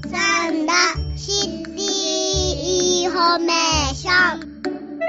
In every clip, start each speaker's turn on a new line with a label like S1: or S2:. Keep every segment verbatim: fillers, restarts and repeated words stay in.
S1: サンダシティインフォメーション。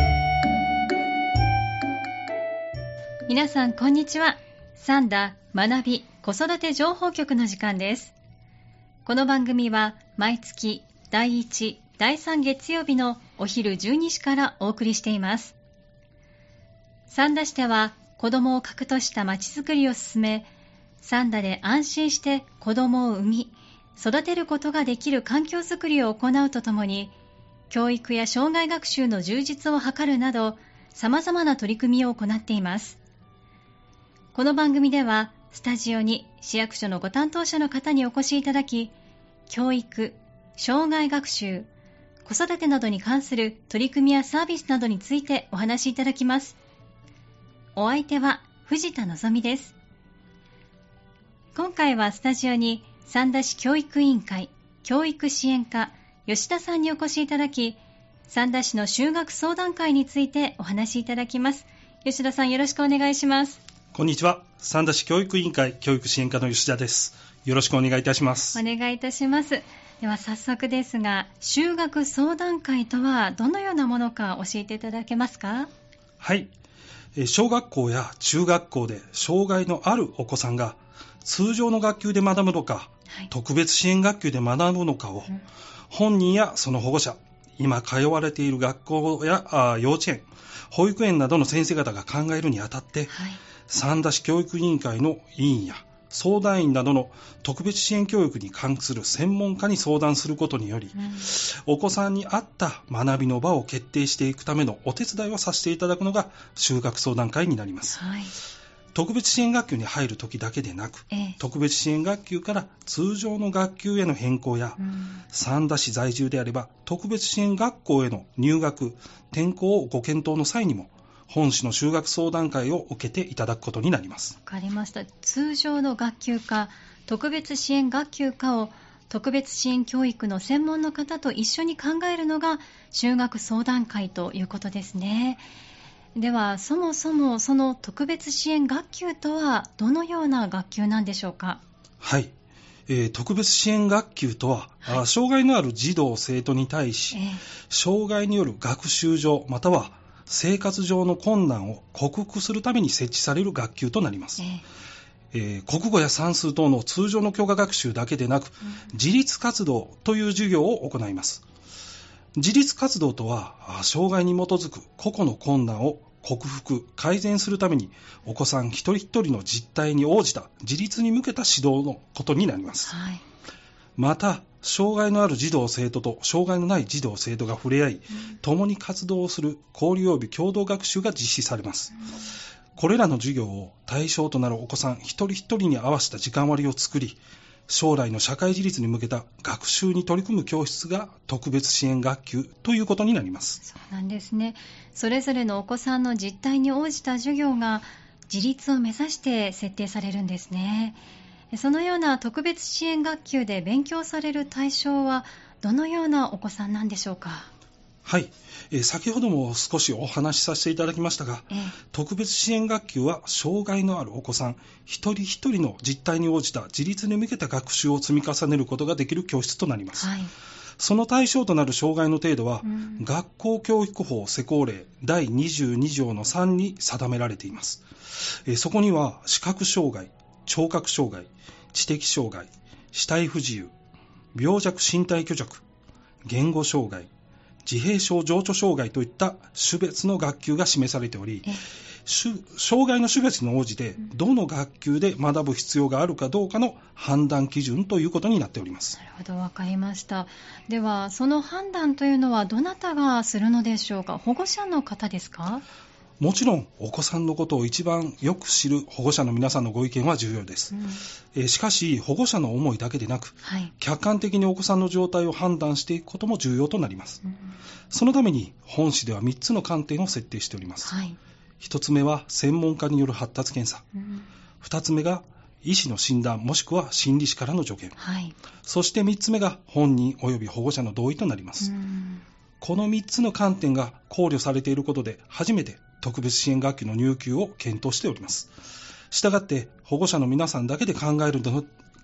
S2: 皆さんこんにちは。サンダ学び子育て情報局の時間です。この番組は毎月だいいち、だいさん月曜日のお昼じゅうにじからお送りしています。サンダ市では子どもを核としたまちづくりを進め、サンダで安心して子どもを産み育てることができる環境づくりを行うとともに、教育や障害学習の充実を図るなど様々な取り組みを行っています。この番組ではスタジオに市役所のご担当者の方にお越しいただき、教育、障害学習、子育てなどに関する取り組みやサービスなどについてお話しいただきます。お相手は藤田のぞみです。今回はスタジオに三田市教育委員会教育支援課吉田さんにお越しいただき、三田市の就学相談会についてお話しいただきます。吉田さん、よろしくお願いします。
S3: こんにちは。三田市教育委員会教育支援課の吉田です。よろしくお願いいたします。
S2: お願いいたします。では早速ですが、就学相談会とはどのようなものか教えていただけますか？
S3: はい。小学校や中学校で障害のあるお子さんが通常の学級で学ぶのか、はい、特別支援学級で学ぶのかを、うん、本人やその保護者、今通われている学校や幼稚園、保育園などの先生方が考えるにあたって、はい、三田市教育委員会の委員や相談員などの特別支援教育に関する専門家に相談することにより、うん、お子さんに合った学びの場を決定していくためのお手伝いをさせていただくのが就学相談会になります。はい、特別支援学級に入るときだけでなく、ええ、特別支援学級から通常の学級への変更や、うん、三田市在住であれば特別支援学校への入学、転校をご検討の際にも本市の就学相談会を受けていただくことになります。
S2: わかりました。通常の学級か特別支援学級かを特別支援教育の専門の方と一緒に考えるのが就学相談会ということですね。ではそもそもその特別支援学級とはどのような学級なんでしょうか？
S3: はい、えー、特別支援学級とは、はい、障害のある児童生徒に対し、えー、障害による学習上または生活上の困難を克服するために設置される学級となります。えーえー、国語や算数等の通常の教科学習だけでなく、うん、自立活動という授業を行います。自立活動とは障害に基づく個々の困難を克服、改善するためにお子さん一人一人の実態に応じた自立に向けた指導のことになります。はい、また障害のある児童生徒と障害のない児童生徒が触れ合い、うん、共に活動する交流及び共同学習が実施されます。うん、これらの授業を対象となるお子さん一人一人に合わせた時間割を作り、将来の社会自立に向けた学習に取り組む教室が特別支援学級ということになります。
S2: そうなんですね。それぞれのお子さんの実態に応じた授業が自立を目指して設定されるんですね。そのような特別支援学級で勉強される対象はどのようなお子さんなんでしょうか？
S3: はい、えー、先ほども少しお話しさせていただきましたが、えー、特別支援学級は障害のあるお子さん一人一人の実態に応じた自立に向けた学習を積み重ねることができる教室となります。はい、その対象となる障害の程度は、うん、学校教育法施行令だいにじゅうに条のさんに定められています。えー、そこには視覚障害、聴覚障害、知的障害、肢体不自由、病弱身体虚弱、言語障害、自閉症情緒障害といった種別の学級が示されており、障害の種別に応じてどの学級で学ぶ必要があるかどうかの判断基準ということになっております。
S2: なるほど、わかりました。ではその判断というのはどなたがするのでしょうか？保護者の方ですか？
S3: もちろんお子さんのことを一番よく知る保護者の皆さんのご意見は重要です。うん、えー、しかし保護者の思いだけでなく、はい、客観的にお子さんの状態を判断していくことも重要となります。うん、そのために本市ではみっつの観点を設定しております。はい、ひとつめは専門家による発達検査、うん、ふたつめが医師の診断もしくは心理師からの助言、はい、そしてみっつめが本人及び保護者の同意となります。うん、このみっつの観点が考慮されていることで初めて特別支援学級の入級を検討しております。したがって保護者の皆さんだけで考えるの考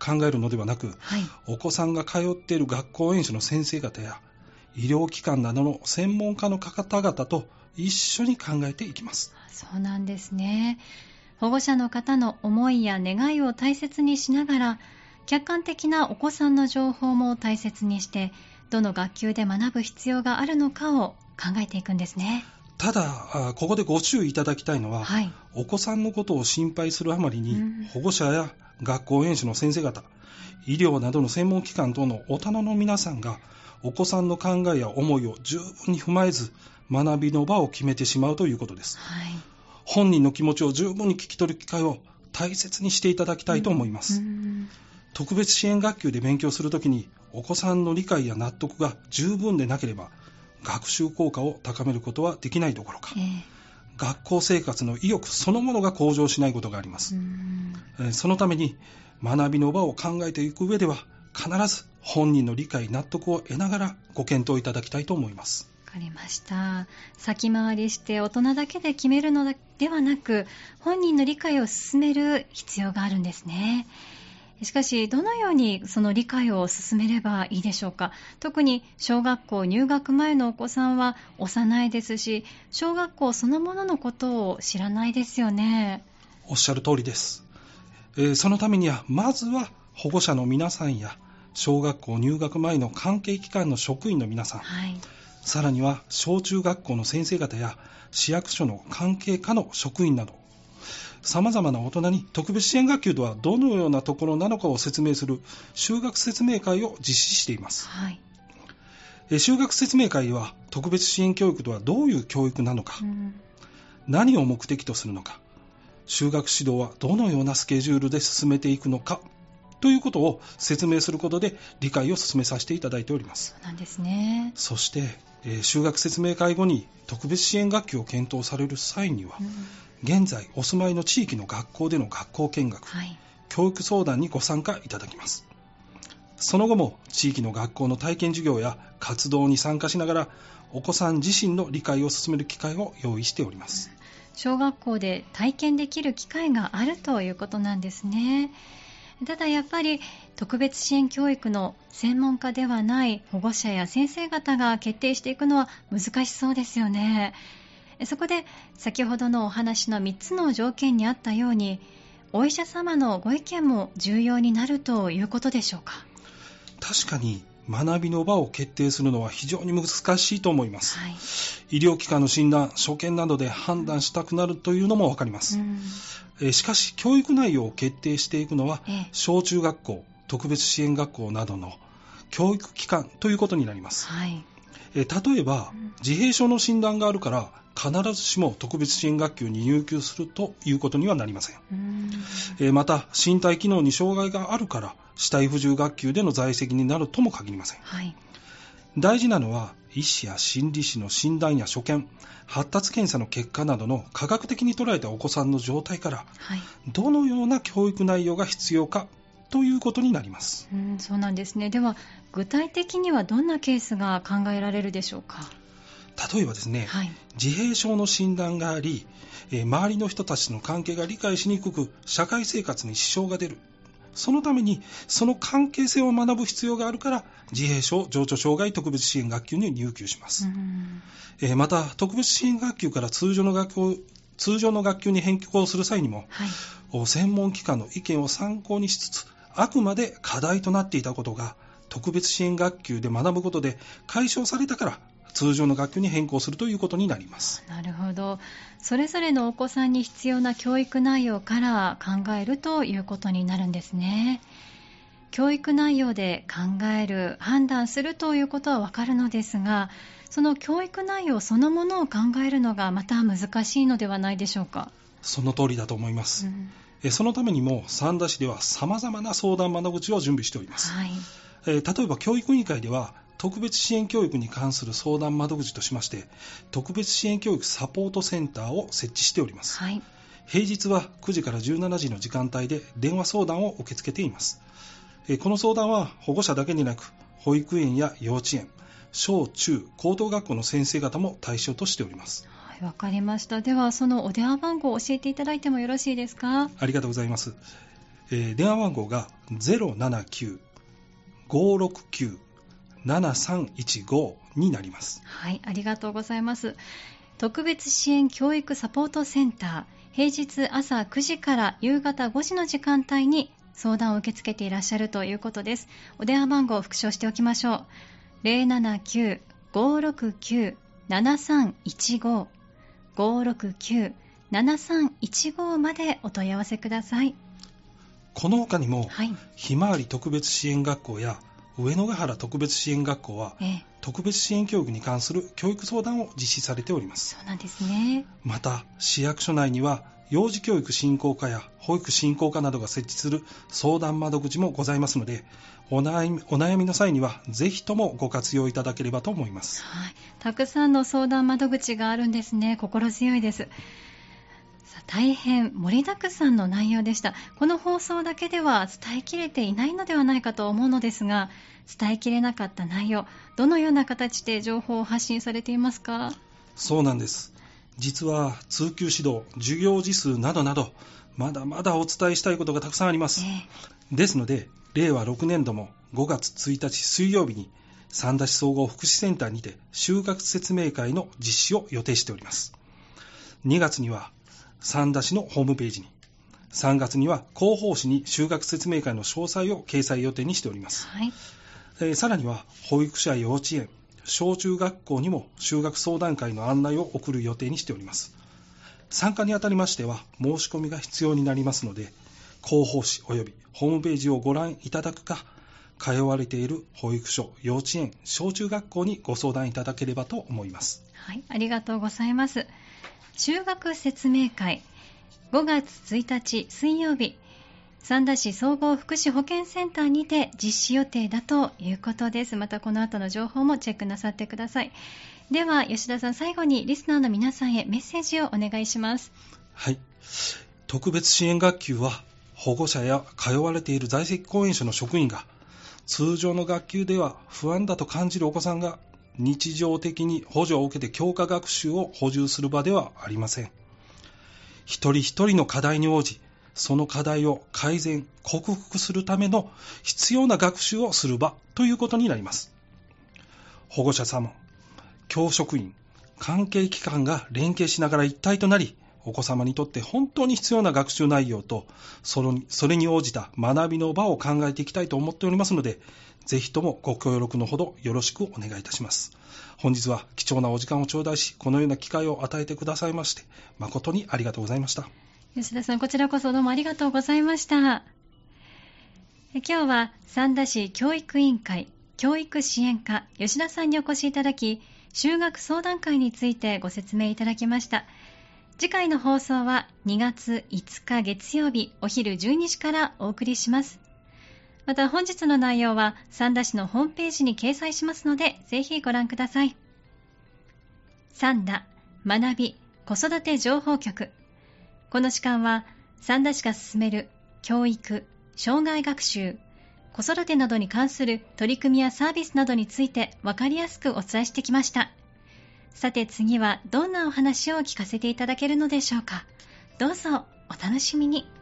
S3: 考えるのではなく、
S2: はい、
S3: お子さんが通っている学校園主の先生方や医療機関などの専門家の方々と一緒に考えていきます。
S2: そうなんですね。保護者の方の思いや願いを大切にしながら、客観的なお子さんの情報も大切にして、どの学級で学ぶ必要があるのかを考えていくんですね。
S3: ただ、ここでご注意いただきたいのは、はい、お子さんのことを心配するあまりに、うん、保護者や学校園主の先生方、医療などの専門機関等の大人の皆さんが、お子さんの考えや思いを十分に踏まえず、学びの場を決めてしまうということです。はい、本人の気持ちを十分に聞き取る機会を大切にしていただきたいと思います。うんうん、特別支援学級で勉強するときに、お子さんの理解や納得が十分でなければ、学習効果を高めることはできないどころか、えー、学校生活の意欲そのものが向上しないことがあります。うん、そのために学びの場を考えていく上では、必ず本人の理解納得を得ながらご検討いただきたいと思います。
S2: わかりました。先回りして大人だけで決めるのではなく、本人の理解を進める必要があるんですね。しかし、どのようにその理解を進めればいいでしょうか。特に小学校入学前のお子さんは幼いですし、小学校そのもののことを知らないですよね。
S3: おっしゃる通りです。えー、そのためには、まずは保護者の皆さんや小学校入学前の関係機関の職員の皆さん、はい、さらには小中学校の先生方や市役所の関係課の職員など、様々な大人に特別支援学級とはどのようなところなのかを説明する就学説明会を実施しています。はい、え就学説明会は、特別支援教育とはどういう教育なのか、うん、何を目的とするのか、就学指導はどのようなスケジュールで進めていくのかということを説明することで理解を進めさせていただいております。
S2: そうなんですね。
S3: そして、えー、就学説明会後に特別支援学級を検討される際には、うん、現在お住まいの地域の学校での学校見学、はい、教育相談にご参加いただきます。その後も地域の学校の体験授業や活動に参加しながら、お子さん自身の理解を進める機会を用意しております。
S2: 小学校で体験できる機会があるということなんですね。ただやっぱり特別支援教育の専門家ではない保護者や先生方が決定していくのは難しそうですよね。そこで先ほどのお話のみっつの条件にあったように、お医者様のご意見も重要になるということでしょうか。
S3: 確かに学びの場を決定するのは非常に難しいと思います。はい、医療機関の診断、所見などで判断したくなるというのもわかります。うん、えしかし教育内容を決定していくのは、ええ、小中学校、特別支援学校などの教育機関ということになります。はい、え例えば、うん、自閉症の診断があるから必ずしも特別支援学級に入級するということにはなりません。うんえまた身体機能に障害があるから肢体不自由学級での在籍になるとも限りません。はい、大事なのは医師や心理師の診断や所見、発達検査の結果などの科学的に捉えたお子さんの状態から、はい、どのような教育内容が必要かということになります。
S2: うん、そうなんですね。では具体的にはどんなケースが考えられるでしょうか。
S3: 例えばですね、はい、自閉症の診断があり、えー、周りの人たちの関係が理解しにくく社会生活に支障が出る。そのためにその関係性を学ぶ必要があるから自閉症情緒障害特別支援学級に入級します。うんえー、また特別支援学級から通常の学校通常の学級に変更する際にも、はい、専門機関の意見を参考にしつつ、あくまで課題となっていたことが特別支援学級で学ぶことで解消されたから通常の学級に変更するということになります。
S2: なるほど。それぞれのお子さんに必要な教育内容から考えるということになるんですね。教育内容で考える、判断するということはわかるのですが、その教育内容そのものを考えるのがまた難しいのではないでしょうか。
S3: その通りだと思います。うん、えそのためにも三田市では様々な相談窓口を準備しております。はいえー、例えば教育委員会では特別支援教育に関する相談窓口としまして特別支援教育サポートセンターを設置しております。はい、平日はくじからじゅうしちじの時間帯で電話相談を受け付けています。えー、この相談は保護者だけでなく保育園や幼稚園、小中高等学校の先生方も対象としております。
S2: はい、わかりました。ではそのお電話番号を教えていただいてもよろしいですか。
S3: ありがとうございます。 えー、電話番号が ゼロななきゅう ごーろくきゅう ななさんいちご になります。
S2: はい、ありがとうございます。特別支援教育サポートセンター、平日朝くじから夕方ごじの時間帯に相談を受け付けていらっしゃるということです。お電話番号を復唱しておきましょう。 ゼロななきゅう ごーろくきゅう ななさんいちご ごーろくきゅう ななさんいちご までお問い合わせください。
S3: この他にも、
S2: はい、
S3: ひまわり特別支援学校や上野ヶ原特別支援学校は、ええ、特別支援教育に関する教育相談を実施されております。
S2: そうなんですね。
S3: また市役所内には幼児教育振興課や保育振興課などが設置する相談窓口もございますので、お悩み、お悩みの際にはぜひともご活用いただければと思います。
S2: はい、たくさんの相談窓口があるんですね。心強いです。さあ、大変盛りだくさんの内容でした。この放送だけでは伝えきれていないのではないかと思うのですが、伝えきれなかった内容、どのような形で情報を発信されていますか？
S3: そうなんです。実は通級指導、授業時数などなど、まだまだお伝えしたいことがたくさんあります。えー、ですので、れいわろくねんどもごがつついたち水曜日に三田市総合福祉センターにて就学説明会の実施を予定しております。にがつには三田市のホームページに、さんがつには広報誌に就学説明会の詳細を掲載予定にしております。はい、えー、さらには保育所や幼稚園、小中学校にも就学相談会の案内を送る予定にしております。参加にあたりましては申し込みが必要になりますので、広報誌及びホームページをご覧いただくか、通われている保育所、幼稚園、小中学校にご相談いただければと思います。
S2: はい、ありがとうございます。就学説明会、ごがつついたち水曜日、三田市総合福祉保健センターにて実施予定だということです。またこの後の情報もチェックなさってください。では吉田さん、最後にリスナーの皆さんへメッセージをお願いします。
S3: はい、特別支援学級は保護者や通われている在籍公園所の職員が通常の学級では不安だと感じるお子さんが日常的に補助を受けて強化学習を補充する場ではありません。一人一人の課題に応じ、その課題を改善、克服するための必要な学習をする場ということになります。保護者様、教職員、関係機関が連携しながら一体となり、お子様にとって本当に必要な学習内容と、それに、それに応じた学びの場を考えていきたいと思っておりますので、ぜひともご協力のほどよろしくお願いいたします。本日は貴重なお時間を頂戴し、このような機会を与えてくださいまして、誠にありがとうございました。
S2: 吉田さん、こちらこそどうもありがとうございました。今日は三田市教育委員会教育支援課吉田さんにお越しいただき、就学相談会についてご説明いただきました。次回の放送はにがついつか月曜日お昼じゅうにじからお送りします。また本日の内容は三田市のホームページに掲載しますので、ぜひご覧ください。三田学び子育て情報局、この時間は三田市が進める教育、障害学習、子育てなどに関する取り組みやサービスなどについて分かりやすくお伝えしてきました。さて次はどんなお話を聞かせていただけるのでしょうか。どうぞお楽しみに。